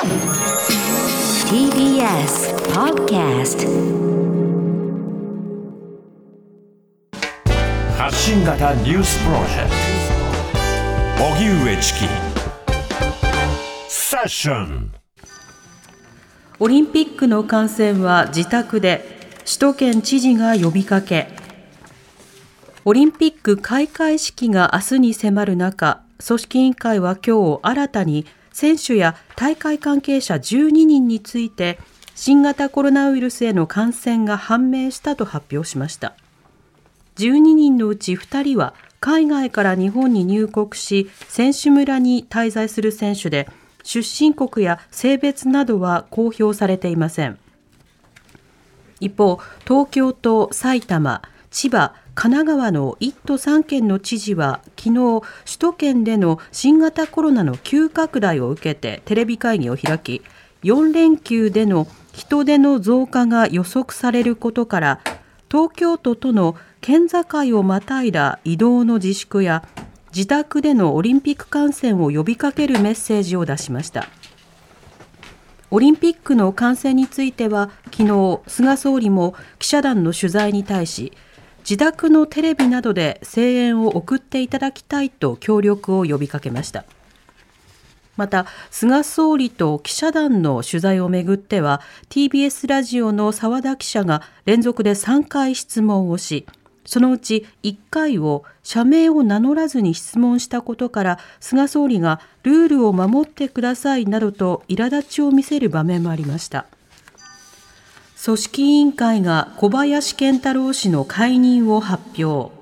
TBS Podcast 発信型ニュースプロジェクト荻上チキセッション。 オリンピックの観戦は自宅で、首都圏知事が呼びかけ。オリンピック開会式が明日に迫る中、組織委員会は今日新たに選手や大会関係者12人について新型コロナウイルスへの感染が判明したと発表しました。12人のうち2人は海外から日本に入国し、選手村に滞在する選手で、出身国や性別などは公表されていません。一方、東京と埼玉、千葉、神奈川の1都3県の知事は昨日、首都圏での新型コロナの急拡大を受けてテレビ会議を開き、4連休での人出の増加が予測されることから、東京都との県境をまたいだ移動の自粛や自宅でのオリンピック観戦を呼びかけるメッセージを出しました。オリンピックの観戦については昨日、菅総理も記者団の取材に対し、自宅のテレビなどで声援を送っていただきたいと協力を呼びかけました。また、菅総理と記者団の取材をめぐっては TBS ラジオの澤田記者が連続で3回質問をし、そのうち1回を社名を名乗らずに質問したことから、菅総理がルールを守ってくださいなどと苛立ちを見せる場面もありました。組織委員会が小林賢太郎氏の解任を発表。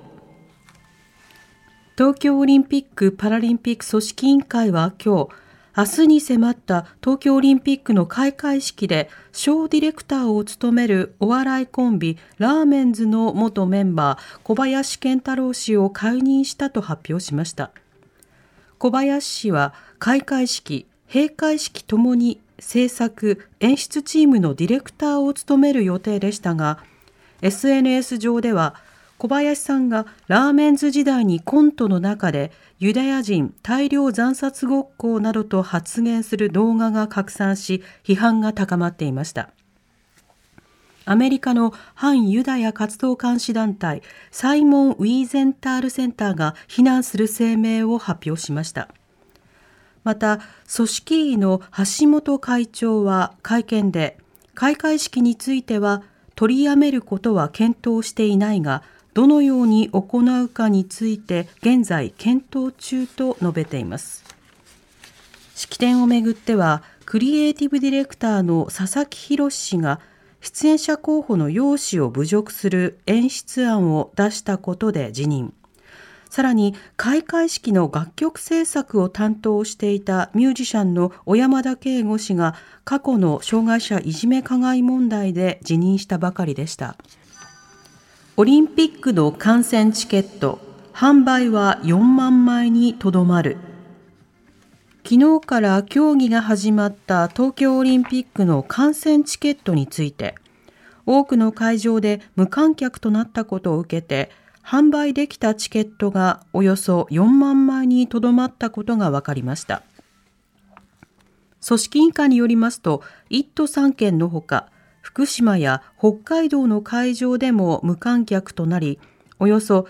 東京オリンピック・パラリンピック組織委員会は今日、明日に迫った東京オリンピックの開会式でショーディレクターを務めるお笑いコンビラーメンズの元メンバー小林賢太郎氏を解任したと発表しました。小林氏は開会式、閉会式ともに制作・演出チームのディレクターを務める予定でしたが、 SNS 上では小林さんがラーメンズ時代にコントの中でユダヤ人大量惨殺ごっこなどと発言する動画が拡散し、批判が高まっていました。アメリカの反ユダヤ活動監視団体サイモン・ウィーゼンタールセンターが非難する声明を発表しました。また、組織委の橋本会長は会見で、開会式については取りやめることは検討していないが、どのように行うかについて現在検討中と述べています。式典をめぐっては、クリエイティブディレクターの佐々木宏氏が出演者候補の容姿を侮辱する演出案を出したことで辞任。さらに、開会式の楽曲制作を担当していたミュージシャンの小山田圭吾氏が過去の障害者いじめ加害問題で辞任したばかりでした。オリンピックの観戦チケット販売は4万枚にとどまる。昨日から競技が始まった東京オリンピックの観戦チケットについて、多くの会場で無観客となったことを受けて、販売できたチケットがおよそ4万枚にとどまったことが分かりました。組織委員会によりますと、1都3県のほか、福島や北海道の会場でも無観客となり、およそ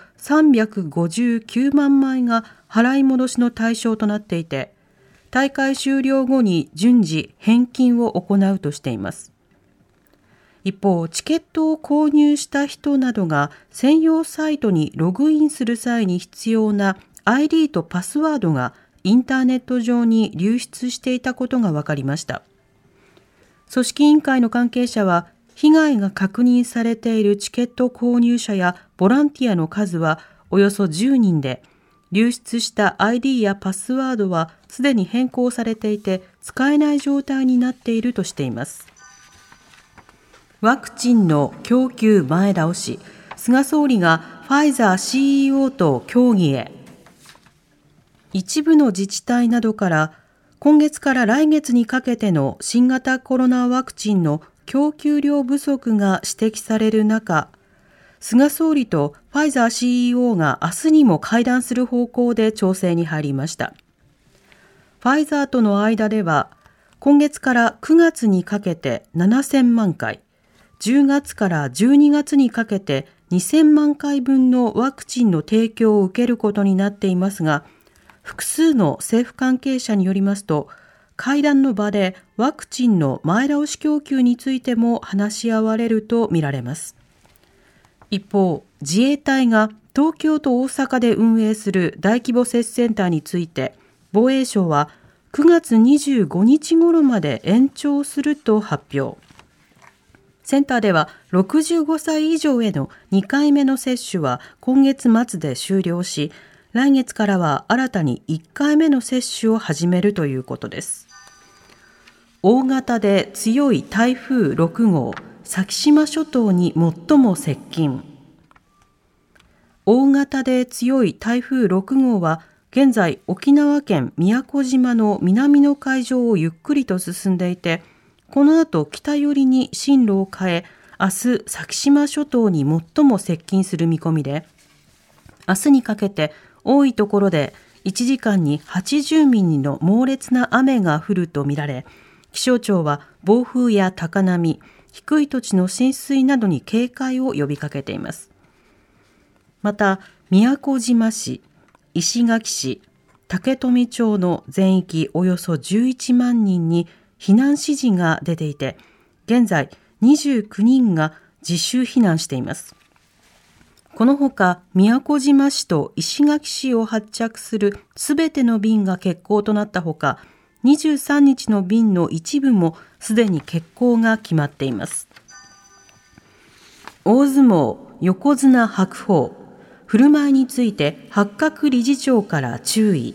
359万枚が払い戻しの対象となっていて、大会終了後に順次返金を行うとしています。一方、チケットを購入した人などが専用サイトにログインする際に必要な ID とパスワードがインターネット上に流出していたことが分かりました。組織委員会の関係者は、被害が確認されているチケット購入者やボランティアの数はおよそ10人で、流出した ID やパスワードはすでに変更されていて使えない状態になっているとしています。ワクチンの供給前倒し、菅総理がファイザー CEO と協議へ。一部の自治体などから今月から来月にかけての新型コロナワクチンの供給量不足が指摘される中、菅総理とファイザー CEO が明日にも会談する方向で調整に入りました。ファイザーとの間では、 今月から9月にかけて7000万回、10月から12月にかけて2000万回分のワクチンの提供を受けることになっていますが、複数の政府関係者によりますと、会談の場でワクチンの前倒し供給についても話し合われるとみられます。一方、自衛隊が東京と大阪で運営する大規模接種センターについて、防衛省は9月25日頃まで延長すると発表。センターでは65歳以上への2回目の接種は今月末で終了し、来月からは新たに1回目の接種を始めるということです。大型で強い台風6号、先島諸島に最も接近。大型で強い台風6号は現在沖縄県宮古島の南の海上をゆっくりと進んでいて、この後北寄りに進路を変え、明日先島諸島に最も接近する見込みで、明日にかけて多いところで1時間に80ミリの猛烈な雨が降るとみられ、気象庁は暴風や高波、低い土地の浸水などに警戒を呼びかけています。また、宮古島市、石垣市、竹富町の全域およそ11万人に避難指示が出ていて、現在29人が自主避難しています。このほか、宮古島市と石垣市を発着するすべての便が欠航となったほか、23日の便の一部もすでに欠航が決まっています。大相撲横綱白鵬、振る舞いについて八角理事長から注意。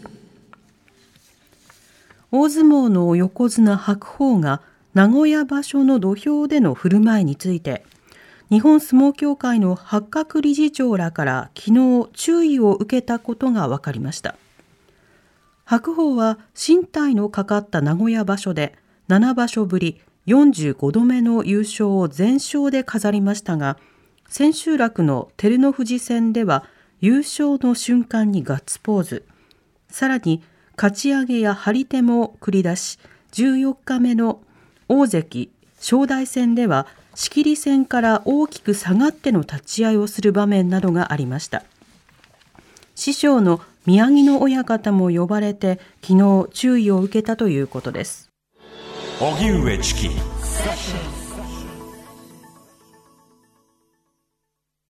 大相撲の横綱白鵬が名古屋場所の土俵での振る舞いについて、日本相撲協会の八角理事長らから昨日注意を受けたことが分かりました。白鵬は進退のかかった名古屋場所で7場所ぶり45度目の優勝を全勝で飾りましたが、千秋楽の照ノ富士戦では優勝の瞬間にガッツポーズ、さらにかち上げや張り手も繰り出し、14日目の大関正代戦では仕切り線から大きく下がっての立ち合いをする場面などがありました。師匠の宮城野親方も呼ばれて昨日注意を受けたということです。 荻上チキ